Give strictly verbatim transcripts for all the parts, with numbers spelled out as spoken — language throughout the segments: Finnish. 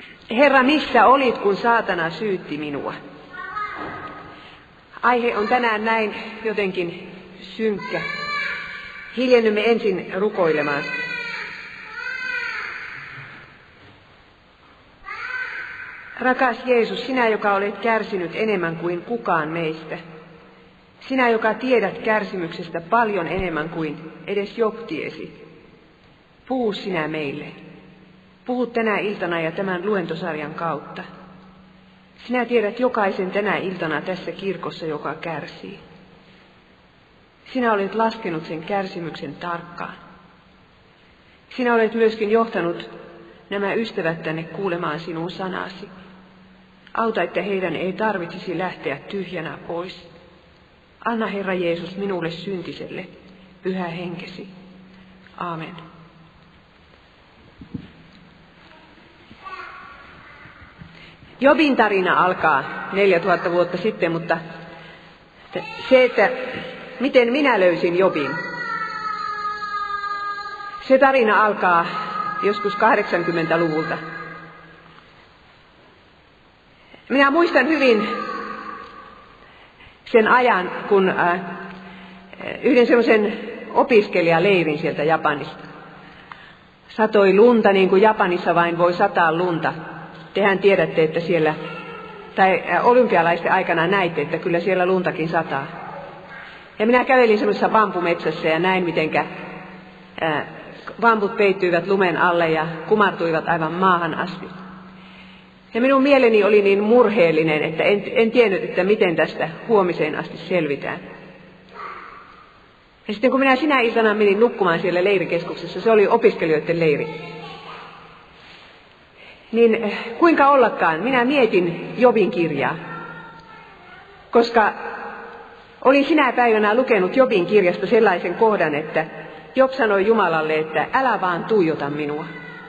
Herra, missä olit, kun saatana syytti minua? Aihe on tänään näin jotenkin synkkä. Hiljennymme ensin rukoilemaan. Rakas Jeesus, sinä, joka olet kärsinyt enemmän kuin kukaan meistä. Sinä, joka tiedät kärsimyksestä paljon enemmän kuin edes Job tiesi. Puhu sinä meille. Puhu tänä iltana ja tämän luentosarjan kautta. Sinä tiedät jokaisen tänä iltana tässä kirkossa, joka kärsii. Sinä olet laskenut sen kärsimyksen tarkkaan. Sinä olet myöskin johtanut nämä ystävät tänne kuulemaan sinun sanasi. Auta, että heidän ei tarvitsisi lähteä tyhjänä pois. Anna, Herra Jeesus, minulle syntiselle pyhä henkesi. Aamen. Jobin tarina alkaa neljätuhatta vuotta sitten, mutta se, että miten minä löysin Jobin, se tarina alkaa joskus kahdeksankymmentäluvulta. Minä muistan hyvin sen ajan, kun äh, yhden semmoisen opiskelijaleirin sieltä Japanista. Satoi lunta, niin kuin Japanissa vain voi sataa lunta. Tehän tiedätte, että siellä, tai olympialaisten aikana näitte, että kyllä siellä luntakin sataa. Ja minä kävelin semmoisessa bambumetsässä ja näin, mitenkä ää, bambut peittyivät lumen alle ja kumartuivat aivan maahan asti. Ja minun mieleni oli niin murheellinen, että en, en tiennyt, että miten tästä huomiseen asti selvitään. Ja sitten kun minä sinä iltana menin nukkumaan siellä leirikeskuksessa, se oli opiskelijoiden leiri. Niin kuinka ollakaan, minä mietin Jobin kirjaa, koska olin sinä päivänä lukenut Jobin kirjasta sellaisen kohdan, että Job sanoi Jumalalle, että älä vaan tuijota minua.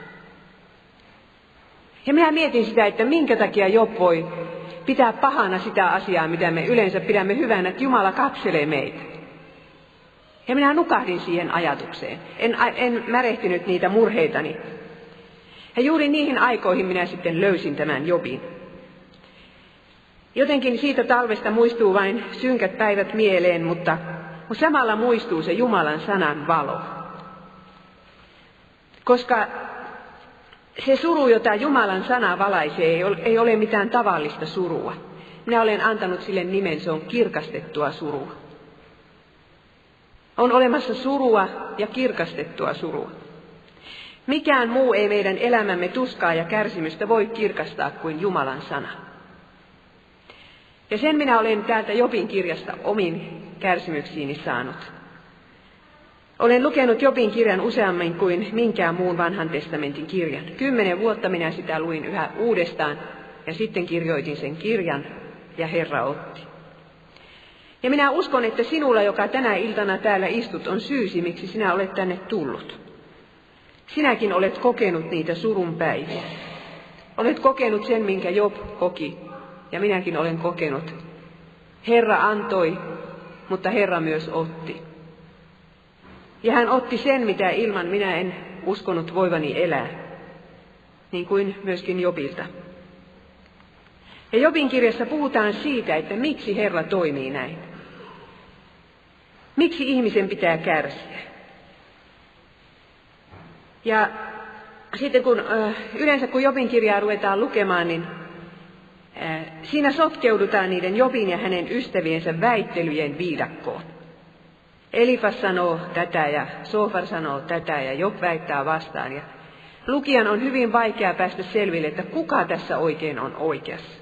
Ja minä mietin sitä, että minkä takia Job voi pitää pahana sitä asiaa, mitä me yleensä pidämme hyvänä, että Jumala katselee meitä. Ja minä nukahdin siihen ajatukseen, en, en märehtinyt niitä murheitani. Ja juuri niihin aikoihin minä sitten löysin tämän Jobin. Jotenkin siitä talvesta muistuu vain synkät päivät mieleen, mutta, mutta samalla muistuu se Jumalan sanan valo. Koska se suru, jota Jumalan sana valaisee, ei ole, ei ole mitään tavallista surua. Minä olen antanut sille nimen, se on kirkastettua surua. On olemassa surua ja kirkastettua surua. Mikään muu ei meidän elämämme tuskaa ja kärsimystä voi kirkastaa kuin Jumalan sana. Ja sen minä olen täältä Jobin kirjasta omin kärsimyksiini saanut. Olen lukenut Jobin kirjan useammin kuin minkään muun vanhan testamentin kirjan. Kymmenen vuotta minä sitä luin yhä uudestaan ja sitten kirjoitin sen kirjan ja Herra otti. Ja minä uskon, että sinulla, joka tänä iltana täällä istut, on syysi, miksi sinä olet tänne tullut. Sinäkin olet kokenut niitä surun päiviä. Olet kokenut sen, minkä Job koki, ja minäkin olen kokenut. Herra antoi, mutta Herra myös otti. Ja hän otti sen, mitä ilman minä en uskonut voivani elää, niin kuin myöskin Jobilta. Ja Jobin kirjassa puhutaan siitä, että miksi Herra toimii näin. Miksi ihmisen pitää kärsiä. Ja sitten kun yleensä kun Jobin kirjaa ruvetaan lukemaan, niin siinä sotkeudutaan niiden Jobin ja hänen ystäviensä väittelyjen viidakkoon. Elifas sanoo tätä ja Soofar sanoo tätä ja Job väittää vastaan. Ja lukijan on hyvin vaikea päästä selville, että kuka tässä oikein on oikeassa.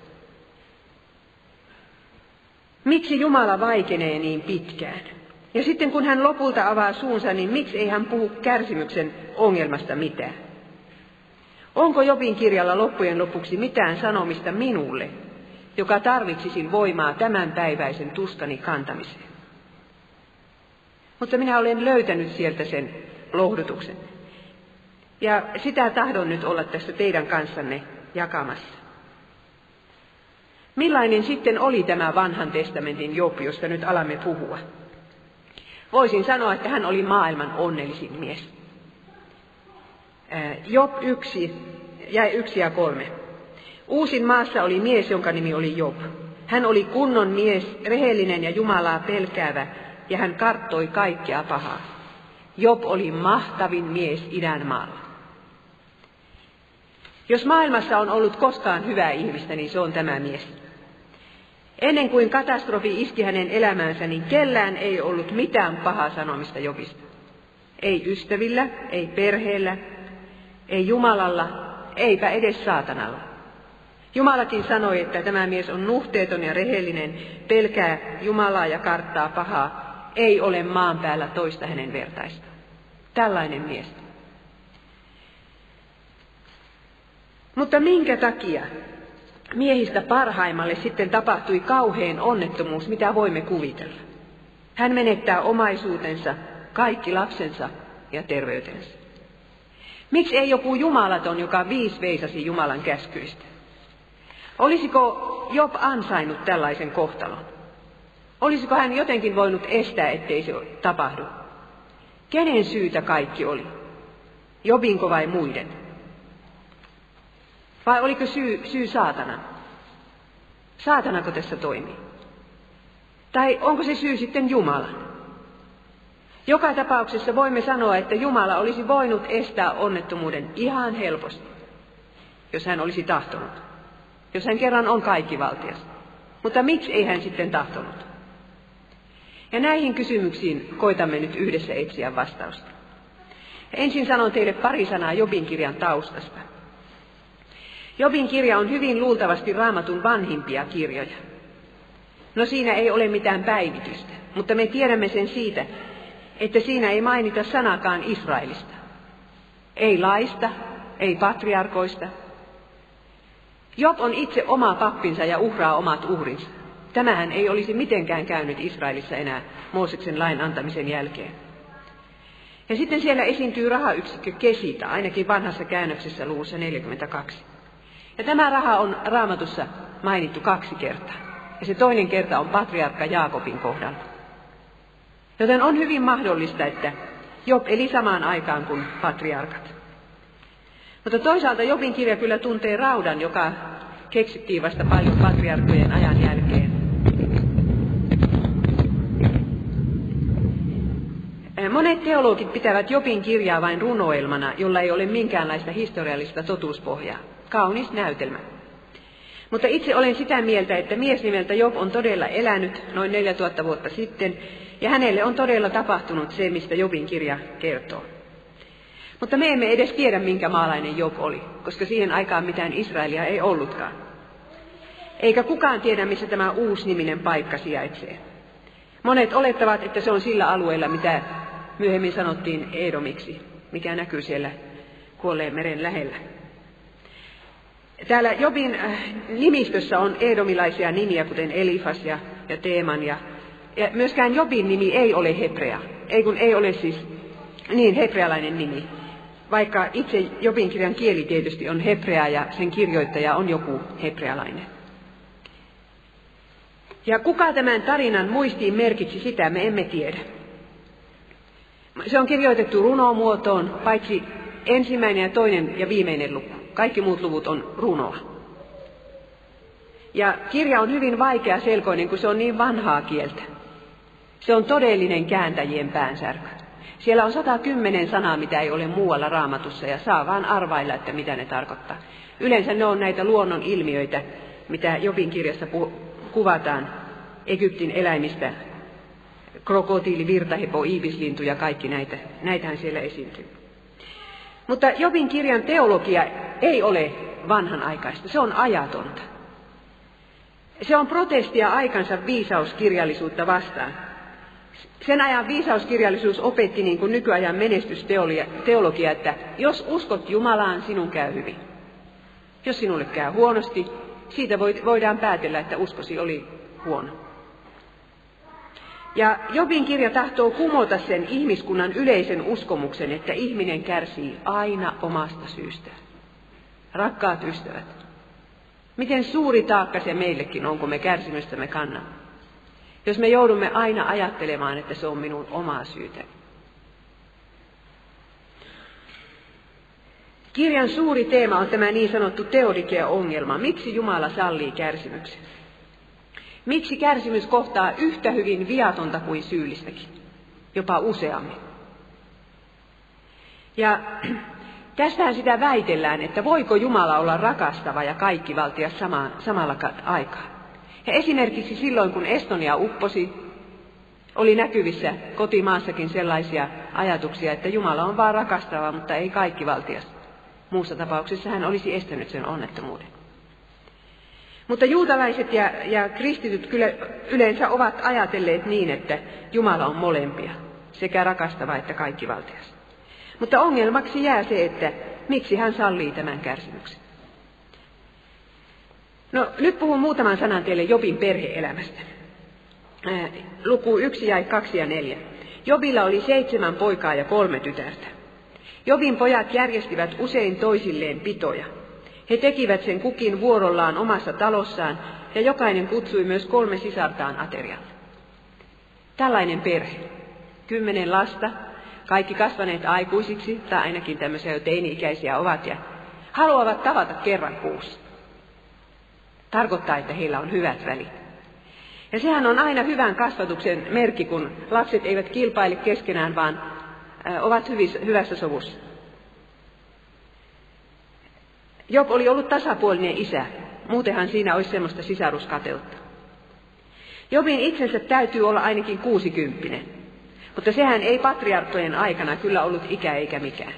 Miksi Jumala vaikenee niin pitkään? Ja sitten kun hän lopulta avaa suunsa, niin miksi ei hän puhu kärsimyksen ongelmasta mitään? Onko Jobin kirjalla loppujen lopuksi mitään sanomista minulle, joka tarvitsisin voimaa tämänpäiväisen tuskani kantamiseen? Mutta minä olen löytänyt sieltä sen lohdutuksen. Ja sitä tahdon nyt olla tässä teidän kanssanne jakamassa. Millainen sitten oli tämä vanhan testamentin Job, josta nyt alamme puhua? Voisin sanoa, että hän oli maailman onnellisin mies. Job yksi, jäi yksi ja kolme. Uusin maassa oli mies, jonka nimi oli Job. Hän oli kunnon mies, rehellinen ja Jumalaa pelkäävä, ja hän karttoi kaikkea pahaa. Job oli mahtavin mies idän maalla. Jos maailmassa on ollut koskaan hyvää ihmistä, niin se on tämä mies. Ennen kuin katastrofi iski hänen elämäänsä, niin kellään ei ollut mitään pahaa sanomista Jobista. Ei ystävillä, ei perheellä, ei Jumalalla, eipä edes saatanalla. Jumalakin sanoi, että tämä mies on nuhteeton ja rehellinen, pelkää Jumalaa ja karttaa pahaa, ei ole maan päällä toista hänen vertaista. Tällainen mies. Mutta minkä takia miehistä parhaimmalle sitten tapahtui kauhein onnettomuus, mitä voimme kuvitella? Hän menettää omaisuutensa, kaikki lapsensa ja terveytensä. Miksi ei joku jumalaton, joka viis veisasi Jumalan käskyistä? Olisiko Job ansainnut tällaisen kohtalon? Olisiko hän jotenkin voinut estää, ettei se tapahdu? Kenen syytä kaikki oli? Jobinko vai muiden? Vai oliko syy, syy saatanan? Saatanako tässä toimii? Tai onko se syy sitten Jumalan? Joka tapauksessa voimme sanoa, että Jumala olisi voinut estää onnettomuuden ihan helposti, jos hän olisi tahtonut. Jos hän kerran on kaikkivaltias. Mutta miksi ei hän sitten tahtonut? Ja näihin kysymyksiin koitamme nyt yhdessä etsiä vastausta. Ensin sanon teille pari sanaa Jobin kirjan taustasta. Jobin kirja on hyvin luultavasti Raamatun vanhimpia kirjoja. No siinä ei ole mitään päivitystä, mutta me tiedämme sen siitä, että siinä ei mainita sanakaan Israelista. Ei laista, ei patriarkoista. Job on itse oma pappinsa ja uhraa omat uhrinsa. Tämähän ei olisi mitenkään käynyt Israelissa enää Mooseksen lain antamisen jälkeen. Ja sitten siellä esiintyy rahayksikkö Kesita, ainakin vanhassa käännöksessä luvussa neljäkymmentäkaksi. Ja tämä raha on Raamatussa mainittu kaksi kertaa. Ja se toinen kerta on patriarkka Jaakobin kohdalla. Joten on hyvin mahdollista, että Job eli samaan aikaan kuin patriarkat. Mutta toisaalta Jobin kirja kyllä tuntee raudan, joka keksittiin vasta paljon patriarkkojen ajan jälkeen. Monet teologit pitävät Jobin kirjaa vain runoelmana, jolla ei ole minkäänlaista historiallista totuuspohjaa. Kaunis näytelmä. Mutta itse olen sitä mieltä, että mies nimeltä Job on todella elänyt noin neljätuhatta vuotta sitten, ja hänelle on todella tapahtunut se, mistä Jobin kirja kertoo. Mutta me emme edes tiedä, minkä maalainen Job oli, koska siihen aikaan mitään Israelia ei ollutkaan. Eikä kukaan tiedä, missä tämä uusniminen paikka sijaitsee. Monet olettavat, että se on sillä alueella, mitä myöhemmin sanottiin Edomiksi, mikä näkyy siellä Kuolleen meren lähellä. Täällä Jobin nimistössä on edomilaisia nimiä, kuten Elifas ja, ja Teeman, ja, ja myöskään Jobin nimi ei ole hebrea, ei kun ei ole siis niin hebrealainen nimi, vaikka itse Jobin kirjan kieli tietysti on hebrea ja sen kirjoittaja on joku hebrealainen. Ja kuka tämän tarinan muistiin merkitsi, sitä me emme tiedä. Se on kirjoitettu runomuotoon, paitsi ensimmäinen ja toinen ja viimeinen luku. Kaikki muut luvut on runoa. Ja kirja on hyvin vaikea selkoinen, kun se on niin vanhaa kieltä. Se on todellinen kääntäjien päänsärky. Siellä on sata kymmenen sanaa, mitä ei ole muualla Raamatussa, ja saa vaan arvailla, että mitä ne tarkoittaa. Yleensä ne on näitä luonnon ilmiöitä, mitä Jobin kirjassa pu- kuvataan Egyptin eläimistä. Krokotiili, virtahepo, iivislintu ja kaikki näitä. Näitähän siellä esiintyy. Mutta Jobin kirjan teologia ei ole vanhanaikaista, se on ajatonta. Se on protestia aikansa viisauskirjallisuutta vastaan. Sen ajan viisauskirjallisuus opetti niin kuin nykyajan menestysteologia, että jos uskot Jumalaan, sinun käy hyvin. Jos sinulle käy huonosti, siitä voidaan päätellä, että uskosi oli huono. Ja Jobin kirja tahtoo kumota sen ihmiskunnan yleisen uskomuksen, että ihminen kärsii aina omasta syystään. Rakkaat ystävät, miten suuri taakka se meillekin on, kun me kärsimystämme kannamme. Jos me joudumme aina ajattelemaan, että se on minun omaa syytäni. Kirjan suuri teema on tämä niin sanottu teodikea-ongelma. Miksi Jumala sallii kärsimyksen? Miksi kärsimys kohtaa yhtä hyvin viatonta kuin syyllistäkin? Jopa useammin. Ja tästähän sitä väitellään, että voiko Jumala olla rakastava ja kaikkivaltias sama, samalla aikaa. Ja esimerkiksi silloin, kun Estonia upposi, oli näkyvissä kotimaassakin sellaisia ajatuksia, että Jumala on vaan rakastava, mutta ei kaikkivaltias. Muussa tapauksessa hän olisi estänyt sen onnettomuuden. Mutta juutalaiset ja, ja kristityt kyllä yleensä ovat ajatelleet niin, että Jumala on molempia, sekä rakastava että kaikkivaltias. Mutta ongelmaksi jää se, että miksi hän sallii tämän kärsimyksen. No nyt puhun muutaman sanan teille Jobin perhe-elämästä. Ää, luku yksi ja kaksi ja neljä. Jobilla oli seitsemän poikaa ja kolme tytärtä. Jobin pojat järjestivät usein toisilleen pitoja. He tekivät sen kukin vuorollaan omassa talossaan ja jokainen kutsui myös kolme sisartaan aterialle. Tällainen perhe. Kymmenen lasta, kaikki kasvaneet aikuisiksi, tai ainakin tämmöisiä jo teini-ikäisiä ovat, ja haluavat tavata kerran kuussa. Tarkoittaa, että heillä on hyvät välit. Ja sehän on aina hyvän kasvatuksen merkki, kun lapset eivät kilpaile keskenään, vaan ovat hyvässä sovussa. Job oli ollut tasapuolinen isä, muutenhan siinä olisi semmoista sisaruskateutta. Jobin itsensä täytyy olla ainakin kuusikymppinen, mutta sehän ei patriarkkojen aikana kyllä ollut ikä eikä mikään.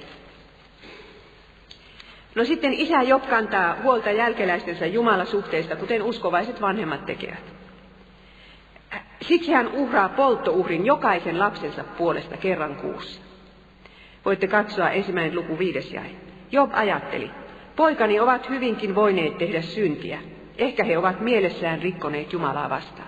No sitten isä Job kantaa huolta jälkeläistensä jumalasuhteista, kuten uskovaiset vanhemmat tekevät. Siksi hän uhraa polttouhrin jokaisen lapsensa puolesta kerran kuussa. Voitte katsoa ensimmäinen luku viides jae. Job ajatteli, poikani ovat hyvinkin voineet tehdä syntiä. Ehkä he ovat mielessään rikkoneet Jumalaa vastaan.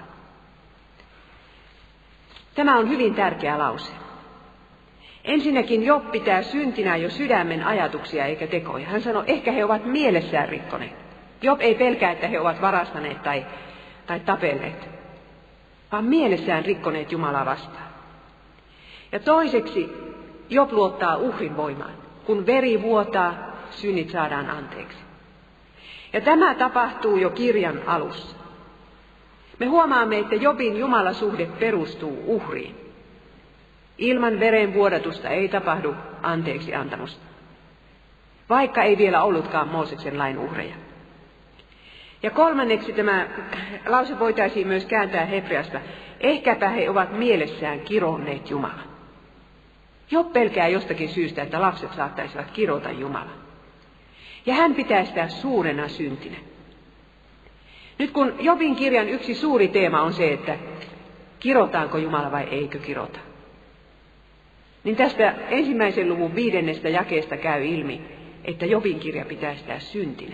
Tämä on hyvin tärkeä lause. Ensinnäkin Job pitää syntinä jo sydämen ajatuksia eikä tekoja. Hän sanoi, ehkä he ovat mielessään rikkoneet. Job ei pelkää, että he ovat varastaneet tai, tai tapelleet, vaan mielessään rikkoneet Jumalaa vastaan. Ja toiseksi Job luottaa uhrin voimaan. Kun veri vuotaa, synnit saadaan anteeksi. Ja tämä tapahtuu jo kirjan alussa. Me huomaamme, että Jobin jumalasuhde perustuu uhriin. Ilman veren vuodatusta ei tapahdu anteeksi antamusta, vaikka ei vielä ollutkaan Mooseksen lain uhreja. Ja kolmanneksi tämä lause voitaisiin myös kääntää hebreasta. Ehkäpä he ovat mielessään kironneet Jumalan. Job pelkää jostakin syystä, että lapset saattaisivat kirota Jumalan. Ja hän pitää sitä suurena syntinä. Nyt kun Jobin kirjan yksi suuri teema on se, että kirotaanko Jumala vai eikö kirota, niin tästä ensimmäisen luvun viidennestä jakeesta käy ilmi, että Jobin kirja pitää sitä syntinä.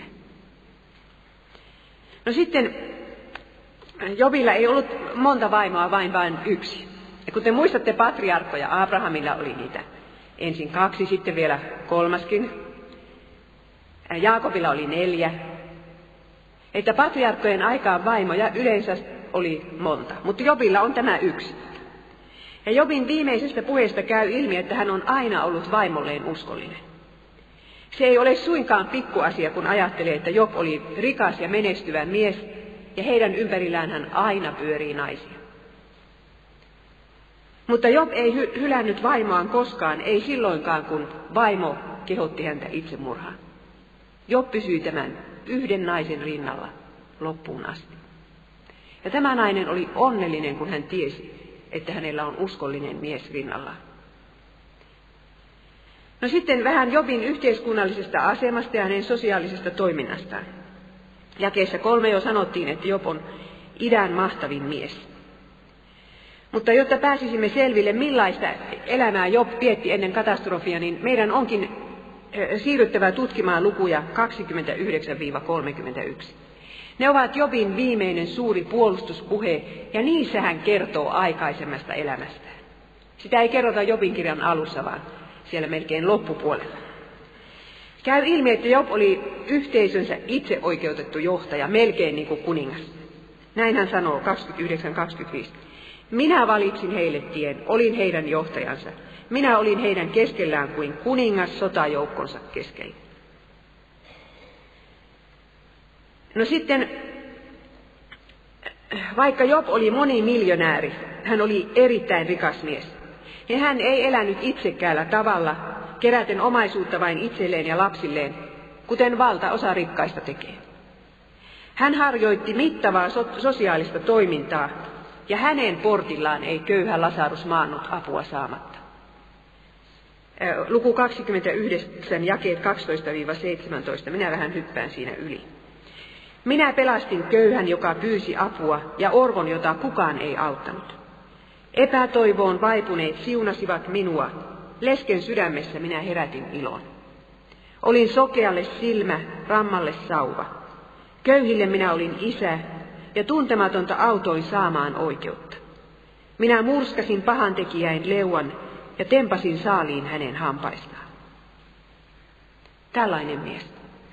No sitten Jobilla ei ollut monta vaimoa, vain vain yksi. Ja kuten muistatte patriarkkoja, Abrahamilla oli niitä ensin kaksi, sitten vielä kolmaskin. Jaakobilla oli neljä. Että patriarkkojen aikaan vaimoja yleensä oli monta, mutta Jobilla on tämä yksi. Ja Jobin viimeisestä puheesta käy ilmi, että hän on aina ollut vaimolleen uskollinen. Se ei ole suinkaan pikkuasia, kun ajattelee, että Job oli rikas ja menestyvä mies, ja heidän ympärillään hän aina pyörii naisia. Mutta Job ei hy- hylännyt vaimoaan koskaan, ei silloinkaan, kun vaimo kehotti häntä itsemurhaan. Job pysyi tämän yhden naisen rinnalla loppuun asti. Ja tämä nainen oli onnellinen, kun hän tiesi, että hänellä on uskollinen mies rinnallaan. No sitten vähän Jobin yhteiskunnallisesta asemasta ja hänen sosiaalisesta toiminnastaan. Jakeessa kolme jo sanottiin, että Job on idän mahtavin mies. Mutta jotta pääsisimme selville, millaista elämää Job vietti ennen katastrofia, niin meidän onkin siirryttävä tutkimaan lukuja kaksikymmentäyhdeksän kolmekymmentäyksi. Ne ovat Jobin viimeinen suuri puolustuspuhe, ja niissä hän kertoo aikaisemmasta elämästään. Sitä ei kerrota Jobin kirjan alussa, vaan siellä melkein loppupuolella. Käy ilmi, että Job oli yhteisönsä itse oikeutettu johtaja, melkein niin kuin kuningas. Näin hän sanoo kaksikymmentäyhdeksän kaksikymmentäviisi. Minä valitsin heille tien, olin heidän johtajansa. Minä olin heidän keskellään kuin kuningas sotajoukkonsa keskellä. No sitten, vaikka Job oli monimiljonääri, hän oli erittäin rikas mies. Ja hän ei elänyt itsekkäällä tavalla, keräten omaisuutta vain itselleen ja lapsilleen, kuten valtaosa rikkaista tekee. Hän harjoitti mittavaa so- sosiaalista toimintaa, ja hänen portillaan ei köyhä Lasarus maannut apua saamatta. Luku kaksikymmentäyhdeksän, jakeet kaksitoista seitsemäntoista, minä vähän hyppään siinä yli. Minä pelastin köyhän, joka pyysi apua, ja orvon, jota kukaan ei auttanut. Epätoivoon vaipuneet siunasivat minua, lesken sydämessä minä herätin ilon. Olin sokealle silmä, rammalle sauva. Köyhille minä olin isä, ja tuntematonta autoin saamaan oikeutta. Minä murskasin pahantekijäin leuan, ja tempasin saaliin hänen hampaistaan. Tällainen mies.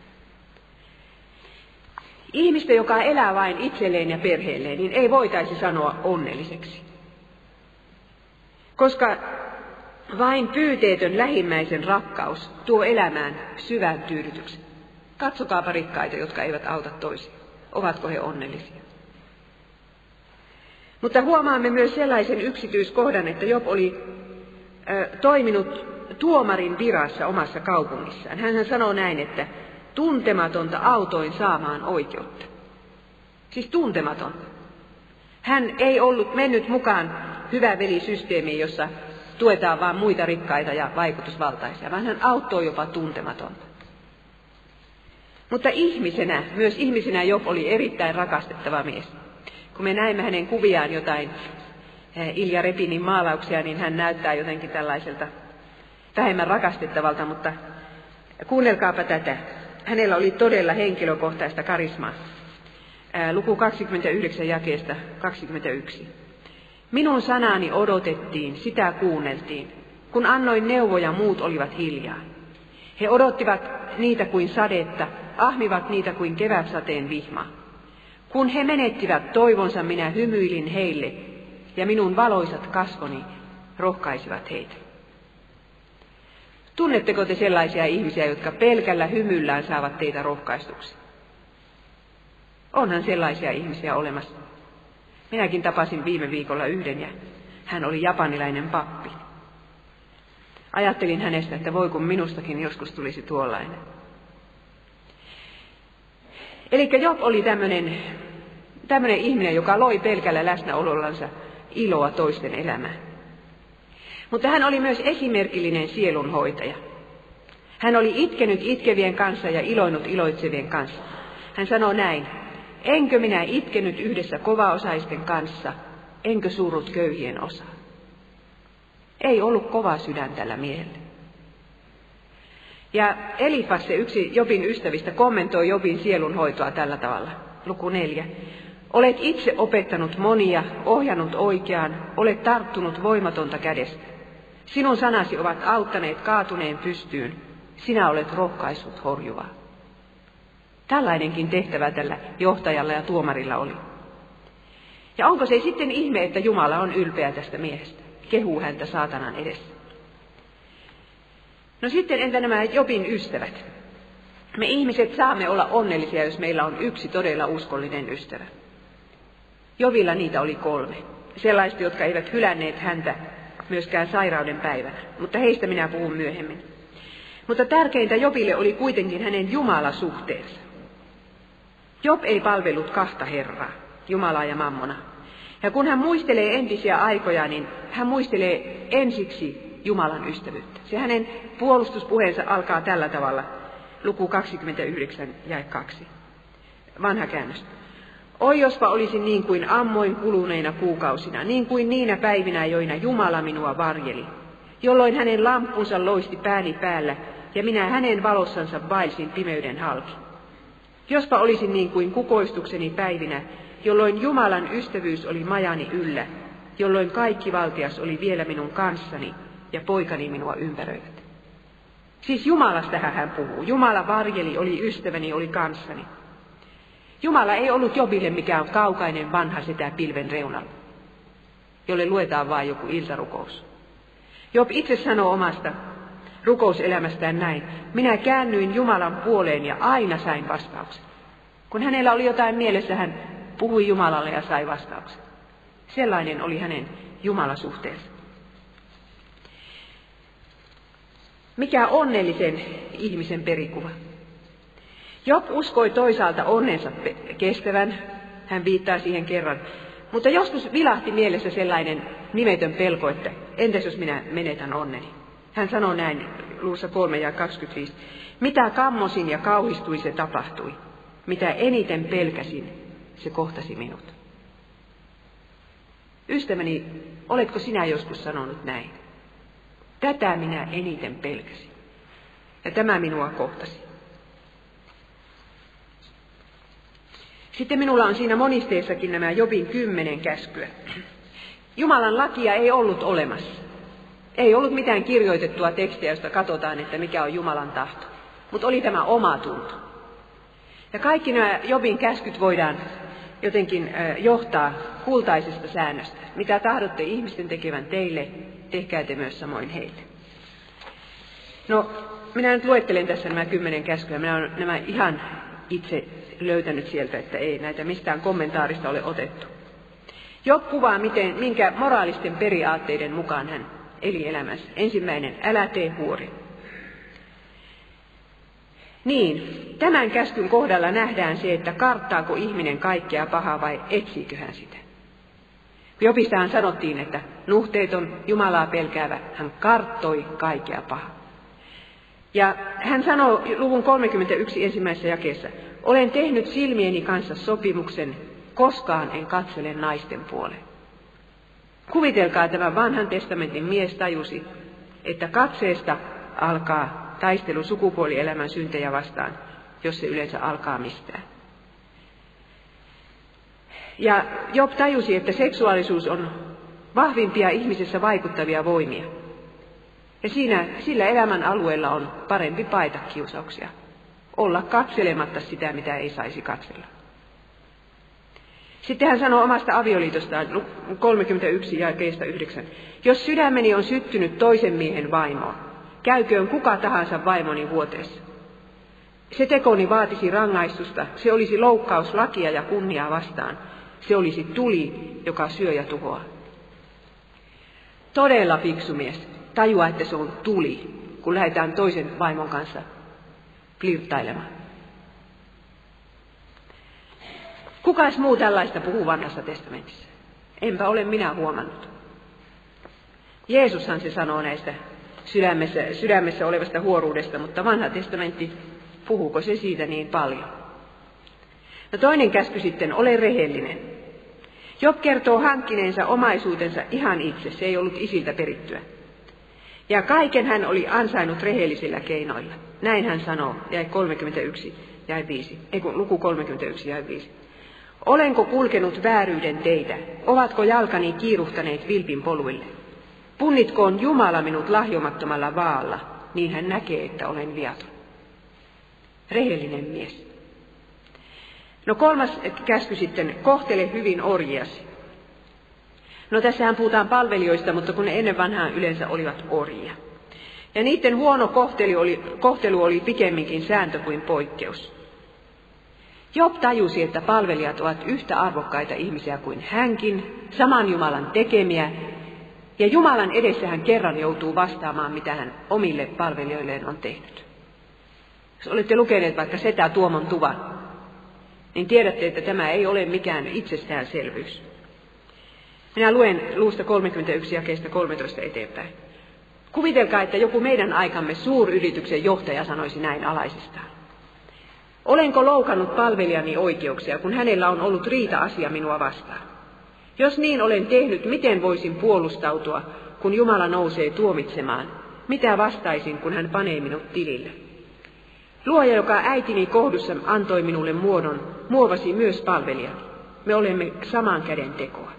Ihmistä, joka elää vain itselleen ja perheelleen, niin ei voitaisi sanoa onnelliseksi. Koska vain pyyteetön lähimmäisen rakkaus tuo elämään syvän tyydytyksen. Katsokaapa rikkaita, jotka eivät auta toisia. Ovatko he onnellisia? Mutta huomaamme myös sellaisen yksityiskohdan, että Job oli ö, toiminut tuomarin virassa omassa kaupungissaan. Hänhän sanoo näin, että tuntematonta autoin saamaan oikeutta. Siis tuntematon. Hän ei ollut mennyt mukaan hyvä velisysteemiin, jossa tuetaan vain muita rikkaita ja vaikutusvaltaisia, vaan hän auttoi jopa tuntematonta. Mutta ihmisenä, myös ihmisenä Job oli erittäin rakastettava mies. Kun me näimme hänen kuviaan jotain Ilja Repinin maalauksia, niin hän näyttää jotenkin tällaiselta vähemmän rakastettavalta, mutta kuunnelkaapa tätä. Hänellä oli todella henkilökohtaista karismaa. Luku kaksikymmentäyhdeksän jakeesta kaksikymmentäyksi. Minun sanani odotettiin, sitä kuunneltiin. Kun annoin neuvoja, muut olivat hiljaa. He odottivat niitä kuin sadetta, ahmivat niitä kuin kevätsateen vihma. Kun he menettivät toivonsa, minä hymyilin heille, ja minun valoisat kasvoni rohkaisivat heitä. Tunnetteko te sellaisia ihmisiä, jotka pelkällä hymyllään saavat teitä rohkaistuksi? Onhan sellaisia ihmisiä olemassa. Minäkin tapasin viime viikolla yhden, ja hän oli japanilainen pappi. Ajattelin hänestä, että voi kun minustakin joskus tulisi tuollainen. Eli Job oli tämmöinen, tämmöinen ihminen, joka loi pelkällä läsnäolollansa iloa toisten elämään. Mutta hän oli myös esimerkillinen sielunhoitaja. Hän oli itkenyt itkevien kanssa ja iloinut iloitsevien kanssa. Hän sanoi näin, enkö minä itkenyt yhdessä kovaosaisten kanssa, enkö surrut köyhien osaa. Ei ollut kova sydän tällä miehellä. Ja Elifas, se yksi Jobin ystävistä, kommentoi Jobin sielunhoitoa tällä tavalla. Luku neljä. Olet itse opettanut monia, ohjannut oikeaan, olet tarttunut voimatonta kädestä. Sinun sanasi ovat auttaneet kaatuneen pystyyn, sinä olet rohkaissut horjuvaa. Tällainenkin tehtävä tällä johtajalla ja tuomarilla oli. Ja onko se sitten ihme, että Jumala on ylpeä tästä miehestä? Kehuu häntä saatanan edessä. No sitten entä nämä Jobin ystävät? Me ihmiset saamme olla onnellisia, jos meillä on yksi todella uskollinen ystävä. Jobilla niitä oli kolme. Sellaiset, jotka eivät hylänneet häntä myöskään sairauden päivänä. Mutta heistä minä puhun myöhemmin. Mutta tärkeintä Jobille oli kuitenkin hänen Jumalasuhteensa. Job ei palvellut kahta herraa, Jumalaa ja Mammona. Ja kun hän muistelee entisiä aikoja, niin hän muistelee ensiksi Jumalan ystävyyttä. Se hänen puolustuspuheensa alkaa tällä tavalla, luku kaksikymmentäyhdeksän jae kaksi. Vanha käännös. Oi jospa olisin niin kuin ammoin kuluneina kuukausina, niin kuin niinä päivinä, joina Jumala minua varjeli, jolloin hänen lampunsa loisti pääni päällä, ja minä hänen valossansa vaelsin pimeyden halki. Jospa olisin niin kuin kukoistukseni päivinä, jolloin Jumalan ystävyys oli majani yllä, jolloin kaikki valtias oli vielä minun kanssani, ja poikani minua ympäröivät. Siis Jumalasta hän puhuu. Jumala varjeli, oli ystäväni, oli kanssani. Jumala ei ollut Jobille mikään kaukainen vanha setä pilven reunalla, jolle luetaan vain joku iltarukous. Job itse sanoo omasta rukouselämästään näin. Minä käännyin Jumalan puoleen ja aina sain vastauksen. Kun hänellä oli jotain mielessä, hän puhui Jumalalle ja sai vastauksen. Sellainen oli hänen Jumalasuhteensa. Mikä onnellisen ihmisen perikuva? Job uskoi toisaalta onnensa kestävän, hän viittaa siihen kerran, mutta joskus vilahti mielessä sellainen nimetön pelko, että entäs jos minä menetän onneni? Hän sanoi näin luussa kolme ja kaksikymmentäviisi. Mitä kammosin ja kauhistuin, se tapahtui. Mitä eniten pelkäsin, se kohtasi minut. Ystäväni, oletko sinä joskus sanonut näin? Tätä minä eniten pelkäsin. Ja tämä minua kohtasi. Sitten minulla on siinä monisteessakin nämä Jobin kymmenen käskyä. Jumalan lakia ei ollut olemassa. Ei ollut mitään kirjoitettua tekstiä, josta katsotaan, että mikä on Jumalan tahto. Mutta oli tämä oma tunto. Ja kaikki nämä Jobin käskyt voidaan jotenkin johtaa kultaisesta säännöstä. Mitä tahdotte ihmisten tekevän teille, tehkää te myös samoin heille. No, minä nyt luettelen tässä nämä kymmenen käskyä. Minä olen nämä ihan itse löytänyt sieltä, että ei näitä mistään kommentaarista ole otettu. Job kuvaa, miten, minkä moraalisten periaatteiden mukaan hän eli elämässä. Ensimmäinen, älä tee huori. Niin, tämän käskyn kohdalla nähdään se, että karttaako ihminen kaikkea pahaa vai etsiikö hän sitä. Jobistahan sanottiin, että nuhteeton, Jumalaa pelkäävä, hän karttoi kaikkea pahaa. Ja hän sanoo luvun kolmekymmentäyksi ensimmäisessä jakeessa, olen tehnyt silmieni kanssa sopimuksen, koskaan en katsele naisten puoleen. Kuvitelkaa, tämä vanhan testamentin mies tajusi, että katseesta alkaa taistelu sukupuolielämän syntejä vastaan, jos se yleensä alkaa mistään. Ja Job tajusi, että seksuaalisuus on vahvimpia ihmisessä vaikuttavia voimia. Ja siinä, sillä elämän alueella on parempi paeta kiusauksia. Olla katselematta sitä, mitä ei saisi katsella. Sitten hän sanoo omasta avioliitostaan kolmekymmentäyksi jakeesta yhdeksän. Jos sydämeni on syttynyt toisen miehen vaimoon, käyköön kuka tahansa vaimoni vuoteessa. Se tekoni vaatisi rangaistusta, se olisi loukkaus lakia ja kunniaa vastaan. Se olisi tuli, joka syö ja tuhoaa. Todella fiksu mies tajua, että se on tuli, kun lähdetään toisen vaimon kanssa flirttailemaan. Kukas muu tällaista puhuu vanhassa testamentissa? Enpä ole minä huomannut. Jeesushan se sanoo näistä sydämessä, sydämessä olevasta huoruudesta, mutta vanha testamentti, puhuuko se siitä niin paljon? No toinen käsky sitten, ole rehellinen. Job kertoo hankkineensa omaisuutensa ihan itse, se ei ollut isiltä perittyä. Ja kaiken hän oli ansainnut rehellisillä keinoilla. Näin hän sanoo, jäi kolmekymmentäyksi, jäi viisi, ei kun luku kolmekymmentäyksi, jäi viisi. Olenko kulkenut vääryyden teitä? Ovatko jalkani kiiruhtaneet vilpin poluille? Punnitkoon Jumala minut lahjomattomalla vaalla, niin hän näkee, että olen viaton. Rehellinen mies. No kolmas käsky sitten, kohtele hyvin orjiasi. No tässähän puhutaan palvelijoista, mutta kun ne ennen vanhaan yleensä olivat orjia. Ja niiden huono kohtelu oli, kohtelu oli pikemminkin sääntö kuin poikkeus. Job tajusi, että palvelijat ovat yhtä arvokkaita ihmisiä kuin hänkin, saman Jumalan tekemiä, ja Jumalan edessä hän kerran joutuu vastaamaan, mitä hän omille palvelijoilleen on tehnyt. Jos olette lukeneet vaikka Setä Tuomon tuvan, niin tiedätte, että tämä ei ole mikään itsestäänselvyys. Minä luen luusta kolmekymmentäyksi jakeesta kolmetoista eteenpäin. Kuvitelkaa, että joku meidän aikamme suuryrityksen johtaja sanoisi näin alaisistaan. Olenko loukannut palvelijani oikeuksia, kun hänellä on ollut riita-asia minua vastaan? Jos niin olen tehnyt, miten voisin puolustautua, kun Jumala nousee tuomitsemaan? Mitä vastaisin, kun hän panee minut tilille? Luoja, joka äitini kohdussa antoi minulle muodon, muovasi myös palvelijani. Me olemme saman käden tekoa.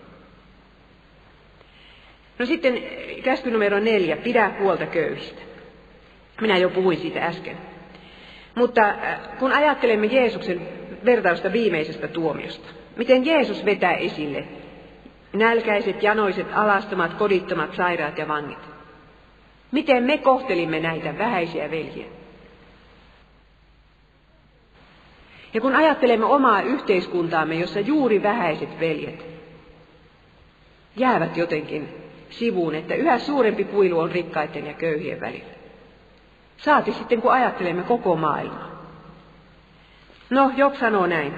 No sitten käsky numero neljä, pidä huolta köyhistä. Minä jo puhuin siitä äsken. Mutta kun ajattelemme Jeesuksen vertausta viimeisestä tuomiosta, miten Jeesus vetää esille nälkäiset, janoiset, alastomat, kodittomat, sairaat ja vangit? Miten me kohtelimme näitä vähäisiä veljiä? Ja kun ajattelemme omaa yhteiskuntaamme, jossa juuri vähäiset veljet jäävät jotenkin sivuun, että yhä suurempi kuilu on rikkaiden ja köyhien välillä. Saati sitten, kun ajattelemme koko maailmaa. No, Job sanoo näin.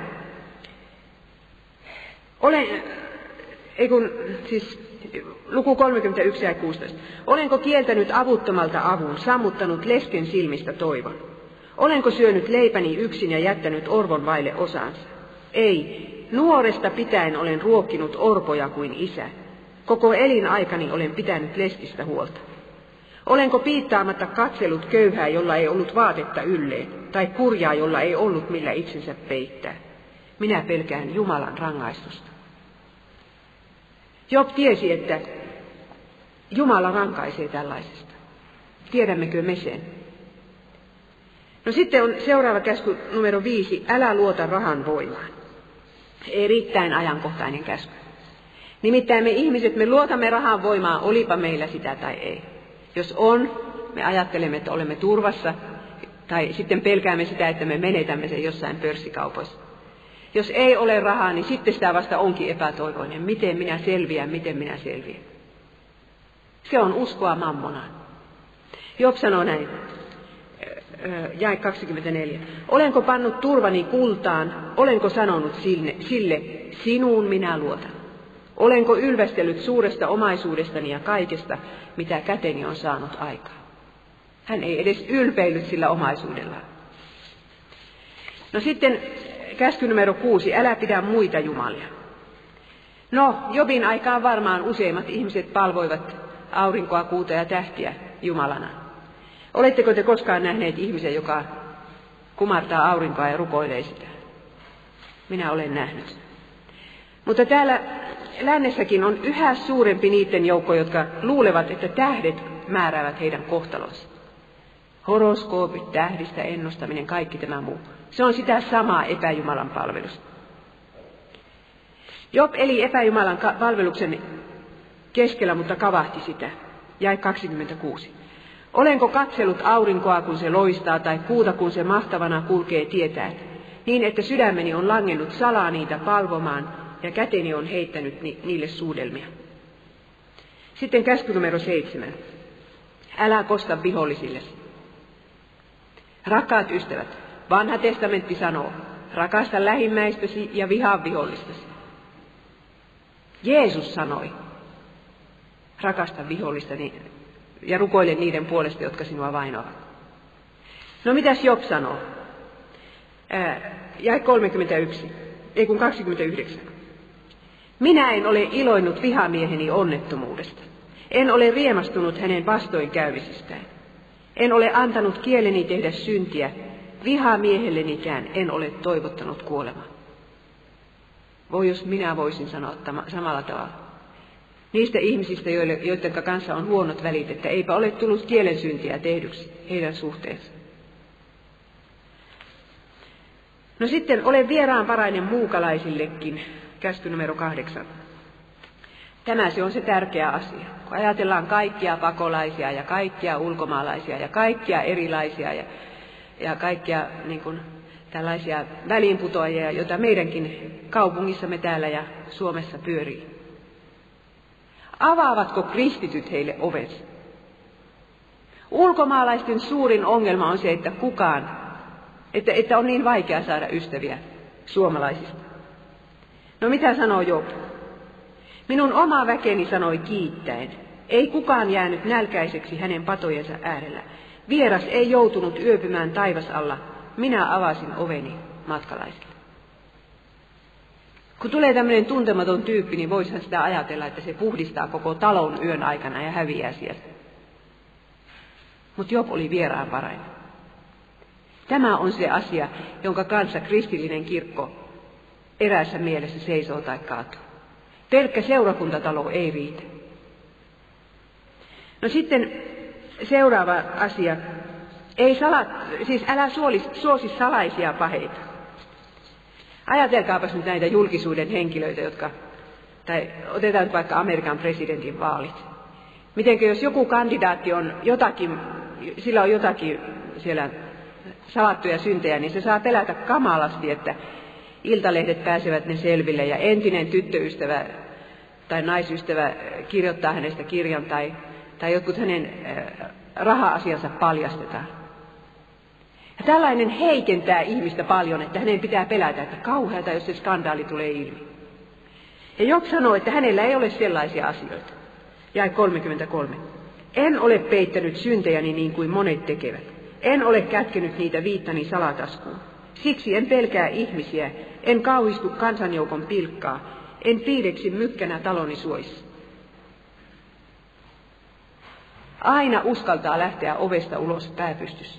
Olen, ei kun, siis luku kolmekymmentäyksi ja kuusitoista. Olenko kieltänyt avuttomalta avun, sammuttanut lesken silmistä toivon? Olenko syönyt leipäni yksin ja jättänyt orvon vaille osansa? Ei, nuoresta pitäen olen ruokkinut orpoja kuin isä. Koko elinaikani olen pitänyt leskistä huolta. Olenko piittaamatta katsellut köyhää, jolla ei ollut vaatetta ylleen, tai kurjaa, jolla ei ollut millä itsensä peittää? Minä pelkään Jumalan rangaistusta. Job tiesi, että Jumala rankaisee tällaisesta. Tiedämmekö me sen? No sitten on seuraava käsky numero viisi, älä luota rahan voimaan. Erittäin ajankohtainen käsky. Nimittäin me ihmiset, me luotamme rahan voimaan, olipa meillä sitä tai ei. Jos on, me ajattelemme, että olemme turvassa, tai sitten pelkäämme sitä, että me menetämme sen jossain pörssikaupoissa. Jos ei ole rahaa, niin sitten sitä vasta onkin epätoivoinen. Miten minä selviän, miten minä selviän. Se on uskoa mammonaan. Job sanoo näin, jae kaksikymmentäneljä. Olenko pannut turvani kultaan, olenko sanonut sille, sille sinuun minä luotan. Olenko ylvästellyt suuresta omaisuudestani ja kaikesta, mitä käteni on saanut aikaa. Hän ei edes ylpeillyt sillä omaisuudellaan. No sitten käsky numero kuusi, älä pidä muita jumalia. No, Jobin aikaan varmaan useimmat ihmiset palvoivat aurinkoa, kuuta ja tähtiä jumalana. Oletteko te koskaan nähneet ihmisen, joka kumartaa aurinkoa ja rukoilee sitä? Minä olen nähnyt. Mutta täällä lännessäkin on yhä suurempi niiden joukko, jotka luulevat, että tähdet määräävät heidän kohtalonsa. Horoskoopit, tähdistä ennustaminen, kaikki tämä muu. Se on sitä samaa epäjumalan palvelusta. Job eli epäjumalan palveluksen keskellä, mutta kavahti sitä. Jae kaksikymmentäkuusi. Olenko katsellut aurinkoa, kun se loistaa, tai kuuta, kun se mahtavana kulkee tietään, niin että sydämeni on langennut salaa niitä palvomaan, ja käteni on heittänyt ni- niille suudelmia. Sitten käsky numero seitsemän. Älä kosta vihollisillesi. Rakkaat ystävät, vanha testamentti sanoo, rakasta lähimmäistäsi ja vihaa vihollistasi. Jeesus sanoi, rakasta vihollistani ja rukoile niiden puolesta, jotka sinua vainoavat. No mitäs Job sanoo? Ää, jae kolmekymmentäyksi, ei kun kaksikymmentäyhdeksän. Minä en ole iloinut vihamieheni onnettomuudesta. En ole riemastunut hänen vastoinkäymisistään. En ole antanut kieleni tehdä syntiä. Vihamiehellenikään en ole toivottanut kuolemaa. Voi jos minä voisin sanoa samalla tavalla. Niistä ihmisistä, joiden kanssa on huonot välit, että eipä ole tullut kielen syntiä tehdyksi heidän suhteensa. No sitten ole vieraanvarainen muukalaisillekin, käsky numero kahdeksan. Tämä se on se tärkeä asia. Kun ajatellaan kaikkia pakolaisia ja kaikkia ulkomaalaisia ja kaikkia erilaisia ja, ja kaikkia niin kuin, tällaisia väliinputoajia, joita meidänkin kaupungissamme täällä ja Suomessa pyörii. Avaavatko kristityt heille ovet? Ulkomaalaisten suurin ongelma on se, että kukaan, että, että on niin vaikea saada ystäviä suomalaisista. No mitä sanoo Job? Minun oma väkeni sanoi kiittäen. Ei kukaan jäänyt nälkäiseksi hänen patojensa äärellä. Vieras ei joutunut yöpymään taivasalla. Minä avasin oveni matkalaisille. Kun tulee tämmöinen tuntematon tyyppi, niin voisihan sitä ajatella, että se puhdistaa koko talon yön aikana ja häviää sieltä. Mutta Job oli vieraanvarainen. Tämä on se asia, jonka kanssa kristillinen kirkko eräässä mielessä seisoo tai kaatuu. Pelkkä seurakuntatalo ei riitä. No sitten seuraava asia. Ei salat, siis älä suolis, suosi salaisia paheita. Ajatelkaapas nyt näitä julkisuuden henkilöitä, jotka, tai otetaan nyt vaikka Amerikan presidentin vaalit. Mitenkö jos joku kandidaatti on jotakin, sillä on jotakin siellä salattuja syntejä, niin se saa pelätä kamalasti, että iltalehdet pääsevät ne selville ja entinen tyttöystävä tai naisystävä kirjoittaa hänestä kirjan tai, tai jotkut hänen raha-asiansa paljastetaan. Ja tällainen heikentää ihmistä paljon, että hänen pitää pelätä, että kauheata, jos se skandaali tulee ilmi. Ja Job sanoo, että hänellä ei ole sellaisia asioita. Jae kolmekymmentäkolme. En ole peittänyt syntejäni niin kuin monet tekevät. En ole kätkenyt niitä viittani salataskuun. Siksi en pelkää ihmisiä, en kauhistu kansanjoukon pilkkaa, en piileksi mykkänä taloni suojissa. Aina uskaltaa lähteä ovesta ulos pääpystyssä.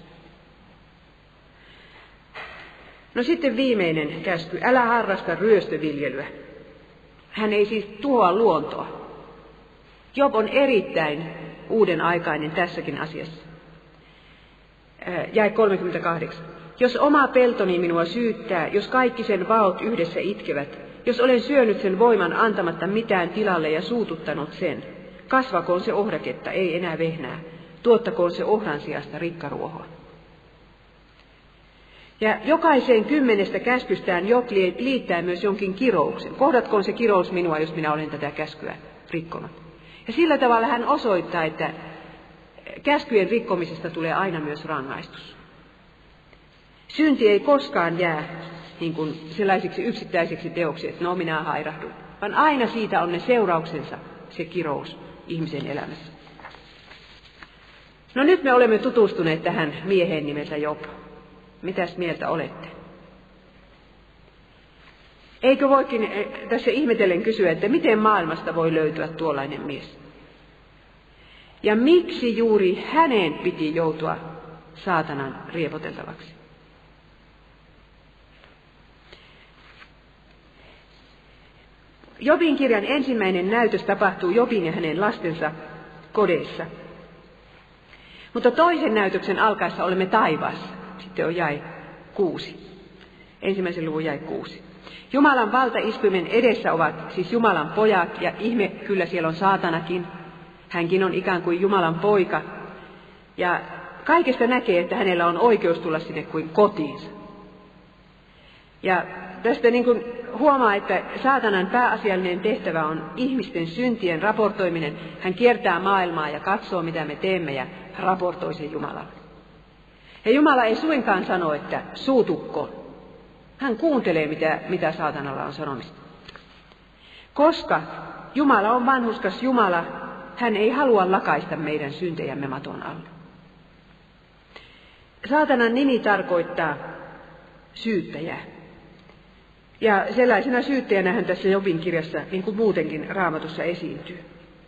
No sitten viimeinen käsky, älä harrasta ryöstöviljelyä. Hän ei siis tuhoa luontoa. Job on erittäin uuden aikainen tässäkin asiassa. Jae kolmekymmentäkahdeksan. Jos oma peltoni minua syyttää, jos kaikki sen vaot yhdessä itkevät, jos olen syönyt sen voiman antamatta mitään tilalle ja suututtanut sen, kasvakoon se ohraketta, ei enää vehnää, tuottakoon se ohran sijasta rikkaruohoa. Ja jokaiseen kymmenestä käskystään Job liittää myös jonkin kirouksen. Kohdatkoon se kirous minua, jos minä olen tätä käskyä rikkonut. Ja sillä tavalla hän osoittaa, että käskyjen rikkomisesta tulee aina myös rangaistus. Synti ei koskaan jää niin kuin sellaisiksi yksittäisiksi teoksi, että no minä hairahdun, vaan aina siitä on ne seurauksensa, se kirous ihmisen elämässä. No nyt me olemme tutustuneet tähän mieheen nimeltä Job. Mitäs mieltä olette? Eikö voikin tässä ihmetellen kysyä, että miten maailmasta voi löytyä tuollainen mies? Ja miksi juuri hänen piti joutua saatanan riepoteltavaksi? Jobin kirjan ensimmäinen näytös tapahtuu Jobin ja hänen lastensa kodeissa. Mutta toisen näytöksen alkaessa olemme taivaassa. Sitten on jae kuusi. Ensimmäisen luvun jae kuusi. Jumalan valtaistuimen edessä ovat siis Jumalan pojat, ja ihme kyllä siellä on saatanakin. Hänkin on ikään kuin Jumalan poika. Ja kaikesta näkee, että hänellä on oikeus tulla sinne kuin kotiinsa. Ja tästä niin kuin huomaa, että saatanan pääasiallinen tehtävä on ihmisten syntien raportoiminen. Hän kiertää maailmaa ja katsoo, mitä me teemme, ja raportoi sen Jumalalle. Ja Jumala ei suinkaan sano, että suutukko. Hän kuuntelee, mitä, mitä saatanalla on sanomista. Koska Jumala on vanhurskas Jumala, hän ei halua lakaista meidän syntejämme maton alle. Saatanan nimi tarkoittaa syyttäjää. Ja sellaisena syyttäjänä hän tässä Jobin kirjassa, niin kuin muutenkin Raamatussa esiintyy.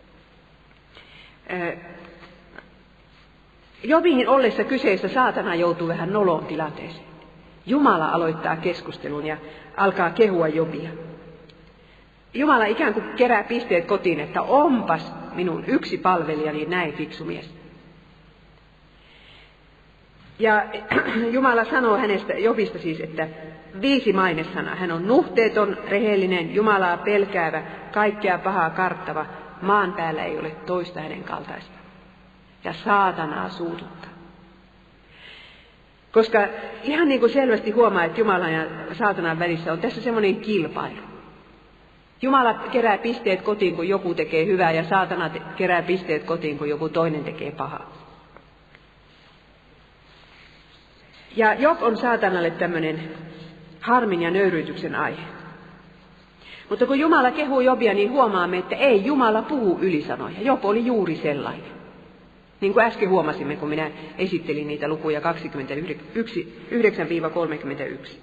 Jobin ollessa kyseessä saatana joutuu vähän noloon tilanteeseen. Jumala aloittaa keskustelun ja alkaa kehua Jobia. Jumala ikään kuin kerää pisteet kotiin, että onpas minun yksi palvelijani näin fiksu mies. Ja Jumala sanoo hänestä, Jobista siis, että viisi mainesana. Hän on nuhteeton, rehellinen, Jumalaa pelkäävä, kaikkea pahaa karttava. Maan päällä ei ole toista hänen kaltaista. Ja saatanaa suututtaa. Koska ihan niin kuin selvästi huomaa, että Jumalan ja saatanan välissä on tässä semmoinen kilpailu. Jumala kerää pisteet kotiin, kun joku tekee hyvää, ja saatana kerää pisteet kotiin, kun joku toinen tekee pahaa. Ja Job on saatanalle tämmöinen harmin ja nöyryytyksen aihe. Mutta kun Jumala kehuu Jobia, niin huomaamme, että ei Jumala puhu ylisanoja. Job oli juuri sellainen. Niin kuin äsken huomasimme, kun minä esittelin niitä lukuja kaksikymmentäyhdeksän kolmekymmentäyksi.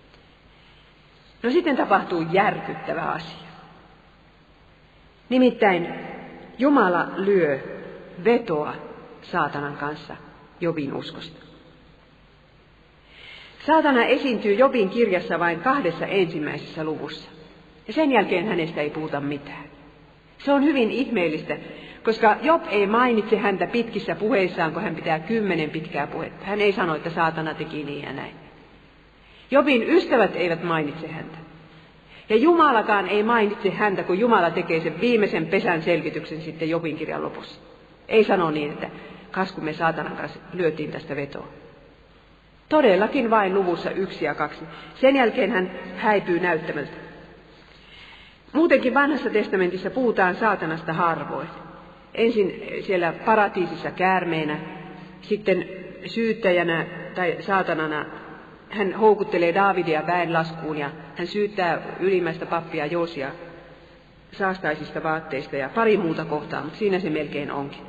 No sitten tapahtuu järkyttävä asia. Nimittäin Jumala lyö vetoa saatanan kanssa Jobin uskosta. Saatana esiintyy Jobin kirjassa vain kahdessa ensimmäisessä luvussa. Ja sen jälkeen hänestä ei puhuta mitään. Se on hyvin ihmeellistä, koska Job ei mainitse häntä pitkissä puheissaan, kun hän pitää kymmenen pitkää puhetta. Hän ei sano, että saatana teki niin ja näin. Jobin ystävät eivat mainitse häntä. Ja Jumalakaan ei mainitse häntä, kun Jumala tekee sen viimeisen pesän selvityksen sitten Jobin kirjan lopussa. Ei sano niin, että kas kun me saatanan kanssa lyötiin tästä vetoa. Todellakin vain luvussa yksi ja kaksi. Sen jälkeen hän häipyy näyttämöltä. Muutenkin vanhassa testamentissa puhutaan saatanasta harvoin. Ensin siellä paratiisissa käärmeenä, sitten syyttäjänä tai saatanana hän houkuttelee Daavidia väenlaskuun ja hän syyttää ylimmäistä pappia Joosia saastaisista vaatteista ja pari muuta kohtaa, mutta siinä se melkein onkin.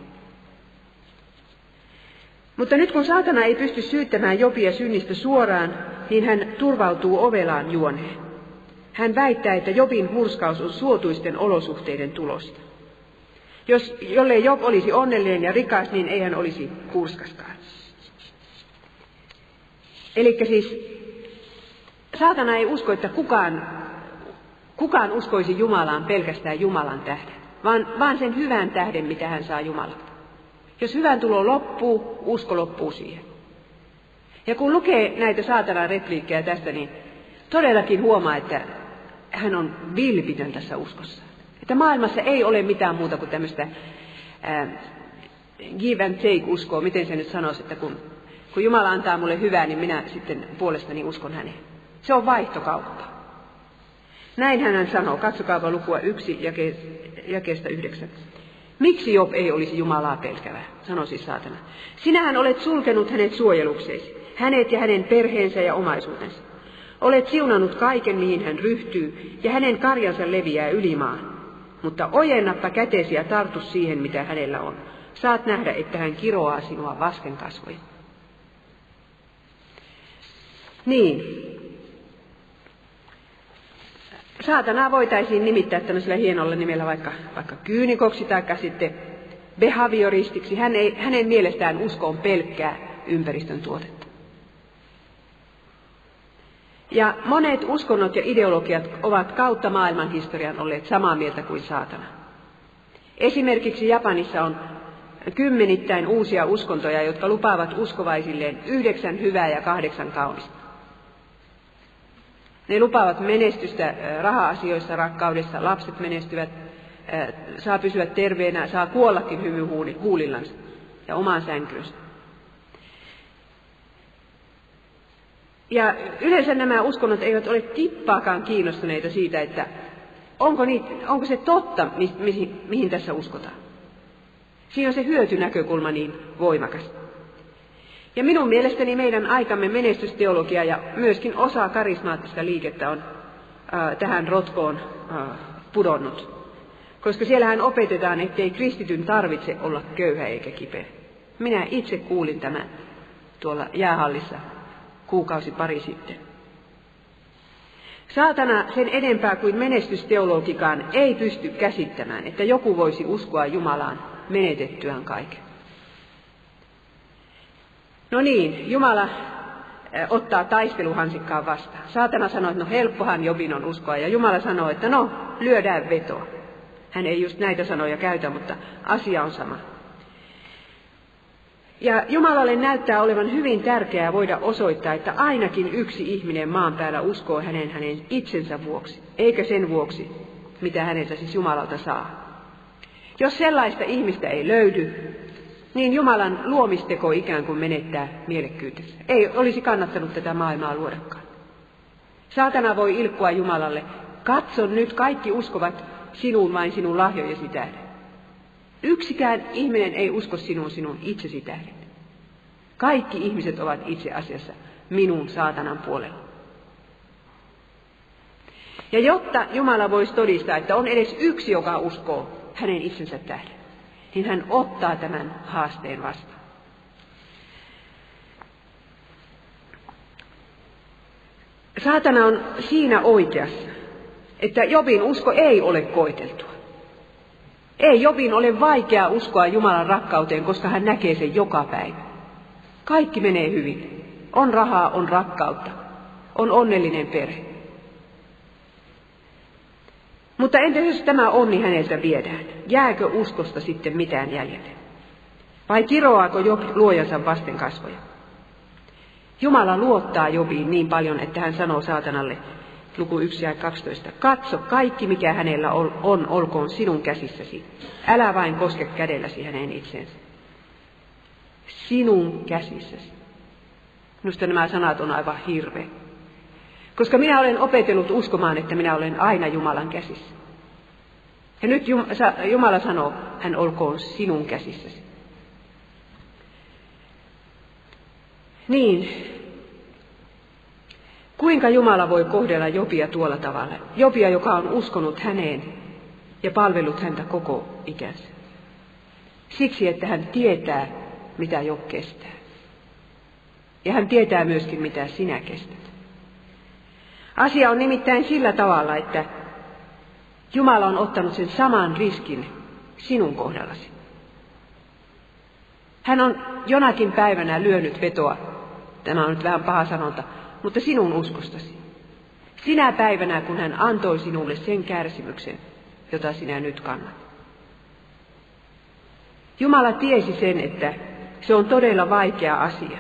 Mutta nyt kun saatana ei pysty syyttämään Jobia synnistä suoraan, niin hän turvautuu ovelaan juoneen. Hän väittää, että Jobin hurskaus on suotuisten olosuhteiden tulosta. Jos, jollei Job olisi onnellinen ja rikas, niin ei hän olisi hurskaskaan. Eli siis saatana ei usko, että kukaan, kukaan uskoisi Jumalaan pelkästään Jumalan tähden, vaan, vaan sen hyvän tähden, mitä hän saa Jumalalta. Jos hyvän tulo loppuu, usko loppuu siihen. Ja kun lukee näitä saatanan repliikkejä tästä, niin todellakin huomaa, että hän on vilpitön tässä uskossa. Että maailmassa ei ole mitään muuta kuin tämmöistä ää, give and take uskoa, miten se nyt sanoisi, että kun, kun Jumala antaa mulle hyvää, niin minä sitten puolestani uskon häneen. Se on vaihtokauppa. Näin hän sanoo, katsokaapa lukua yksi jake, jakeesta yhdeksän. Miksi Job ei olisi Jumalaa pelkävää, sanoi siis saatana. Sinähän olet sulkenut hänet suojelukseesi, hänet ja hänen perheensä ja omaisuutensa. Olet siunannut kaiken, mihin hän ryhtyy, ja hänen karjansa leviää yli maan. Mutta ojennappa kätesi ja tartu siihen, mitä hänellä on. Saat nähdä, että hän kiroaa sinua vasten kasvoja. Niin. Saatanaa voitaisiin nimittää tämmöisellä hienolla nimellä vaikka, vaikka kyynikoksi tai sitten behavioristiksi. Hän ei, hänen mielestään usko on pelkkää ympäristön tuotetta. Ja monet uskonnot ja ideologiat ovat kautta maailman historian olleet samaa mieltä kuin saatana. Esimerkiksi Japanissa on kymmenittäin uusia uskontoja, jotka lupaavat uskovaisilleen yhdeksän hyvää ja kahdeksan kaunista. Ne lupaavat menestystä raha-asioissa, rakkaudessa, lapset menestyvät, saa pysyä terveenä, saa kuollakin hymy huulillansa ja omaan sänkyönsä. Ja yleensä nämä uskonnot eivät ole tippaakaan kiinnostuneita siitä, että onko, niitä, onko se totta, mi, mihin, mihin tässä uskotaan. Siinä on se hyötynäkökulma niin voimakas. Ja minun mielestäni meidän aikamme menestysteologia ja myöskin osa karismaattista liikettä on ää, tähän rotkoon ää, pudonnut. Koska siellähän opetetaan, ettei kristityn tarvitse olla köyhä eikä kipeä. Minä itse kuulin tämän tuolla jäähallissa kuukausi pari sitten. Saatana sen enempää kuin menestysteologikaan ei pysty käsittämään, että joku voisi uskoa Jumalaan menetettyään kaiken. No niin, Jumala ottaa taisteluhansikkaan vastaan. Saatana sanoo, että no helppohan Jobin on uskoa, ja Jumala sanoo, että no lyödään vetoa. Hän ei just näitä sanoja käytä, mutta asia on sama. Ja Jumalalle näyttää olevan hyvin tärkeää voida osoittaa, että ainakin yksi ihminen maan päällä uskoo hänen hänen itsensä vuoksi, eikä sen vuoksi, mitä häneltä siis Jumalalta saa. Jos sellaista ihmistä ei löydy, niin Jumalan luomisteko ikään kuin menettää mielekkyytensä. Ei olisi kannattanut tätä maailmaa luodakaan. Saatana voi ilkkua Jumalalle, katso nyt, kaikki uskovat sinuun vain sinun lahjojesi tähden. Yksikään ihminen ei usko sinuun sinun itsesi tähden. Kaikki ihmiset ovat itse asiassa minun saatanan puolella. Ja jotta Jumala voisi todistaa, että on edes yksi, joka uskoo hänen itsensä tähden, niin hän ottaa tämän haasteen vastaan. Saatana on siinä oikeassa, että Jobin usko ei ole koeteltua. Ei Jobin ole vaikea uskoa Jumalan rakkauteen, koska hän näkee sen joka päivä. Kaikki menee hyvin. On rahaa, on rakkautta, on onnellinen perhe. Mutta entä jos tämä onni häneltä viedään? Jääkö uskosta sitten mitään jäljelle? Vai kiroaako Job luojansa vasten kasvoja? Jumala luottaa Jobiin niin paljon, että hän sanoo saatanalle, luku yksi ja kaksitoista, katso, kaikki mikä hänellä on, on, olkoon sinun käsissäsi. Älä vain koske kädelläsi hänen itsensä. Sinun käsissäsi. Minusta nämä sanat on aivan hirveä. Koska minä olen opetellut uskomaan, että minä olen aina Jumalan käsissä. Ja nyt Jumala sanoo, hän olkoon sinun käsissäsi. Niin, kuinka Jumala voi kohdella Jobia tuolla tavalla? Jobia, joka on uskonut häneen ja palvellut häntä koko ikänsä. Siksi, että hän tietää, mitä Job kestää. Ja hän tietää myöskin, mitä sinä kestät. Asia on nimittäin sillä tavalla, että Jumala on ottanut sen saman riskin sinun kohdallasi. Hän on jonakin päivänä lyönyt vetoa, tämä on nyt vähän paha sanonta, mutta sinun uskostasi. Sinä päivänä, kun hän antoi sinulle sen kärsimyksen, jota sinä nyt kannat. Jumala tiesi sen, että se on todella vaikea asia.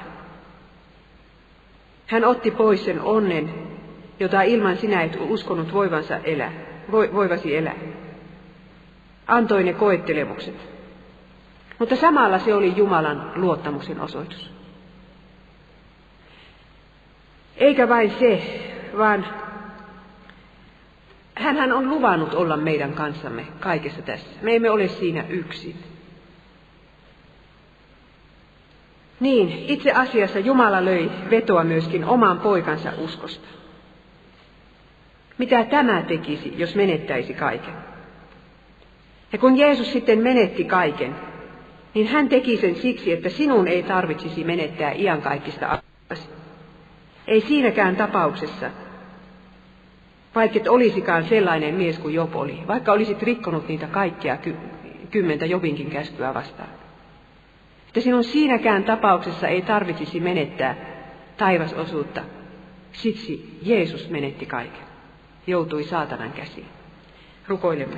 Hän otti pois sen onnen, jota ilman sinä et uskonut voivansa elää, voivasi elää. Antoi ne koettelemukset. Mutta samalla se oli Jumalan luottamuksen osoitus. Eikä vain se, vaan hänhän on luvannut olla meidän kanssamme kaikessa tässä. Me emme ole siinä yksin. Niin, itse asiassa Jumala löi vetoa myöskin oman poikansa uskosta. Mitä tämä tekisi, jos menettäisi kaiken? Ja kun Jeesus sitten menetti kaiken, niin hän teki sen siksi, että sinun ei tarvitsisi menettää iankaikkista asiaa. Ei siinäkään tapauksessa, vaikka et olisikaan sellainen mies kuin Job oli, vaikka olisit rikkonut niitä kaikkia ky- kymmentä Jobinkin käskyä vastaan. Että sinun siinäkään tapauksessa ei tarvitsisi menettää taivasosuutta, siksi Jeesus menetti kaiken, joutui saatanan käsiin. Rukoilemme.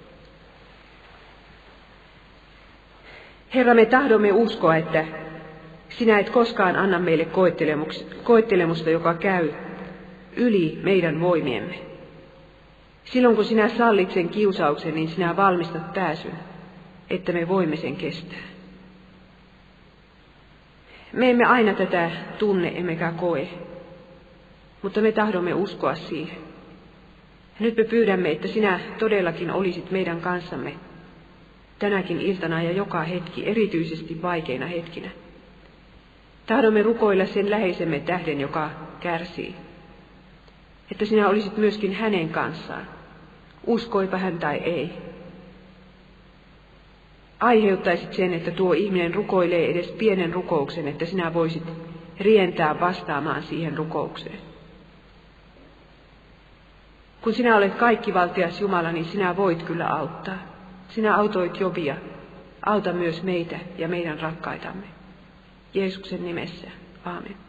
Herra, me tahdomme uskoa, että sinä et koskaan anna meille koettelemusta, joka käy yli meidän voimiemme. Silloin kun sinä sallit sen kiusauksen, niin sinä valmistat pääsyn, että me voimme sen kestää. Me emme aina tätä tunne emmekä koe, mutta me tahdomme uskoa siihen. Ja nyt me pyydämme, että sinä todellakin olisit meidän kanssamme tänäkin iltana ja joka hetki, erityisesti vaikeina hetkinä. Tahdomme rukoilla sen läheisemme tähden, joka kärsii. Että sinä olisit myöskin hänen kanssaan, uskoipa hän tai ei. Aiheuttaisit sen, että tuo ihminen rukoilee edes pienen rukouksen, että sinä voisit rientää vastaamaan siihen rukoukseen. Kun sinä olet kaikkivaltias Jumala, niin sinä voit kyllä auttaa. Sinä autoit Jobia. Auta myös meitä ja meidän rakkaitamme. Jeesuksen nimessä. Aamen.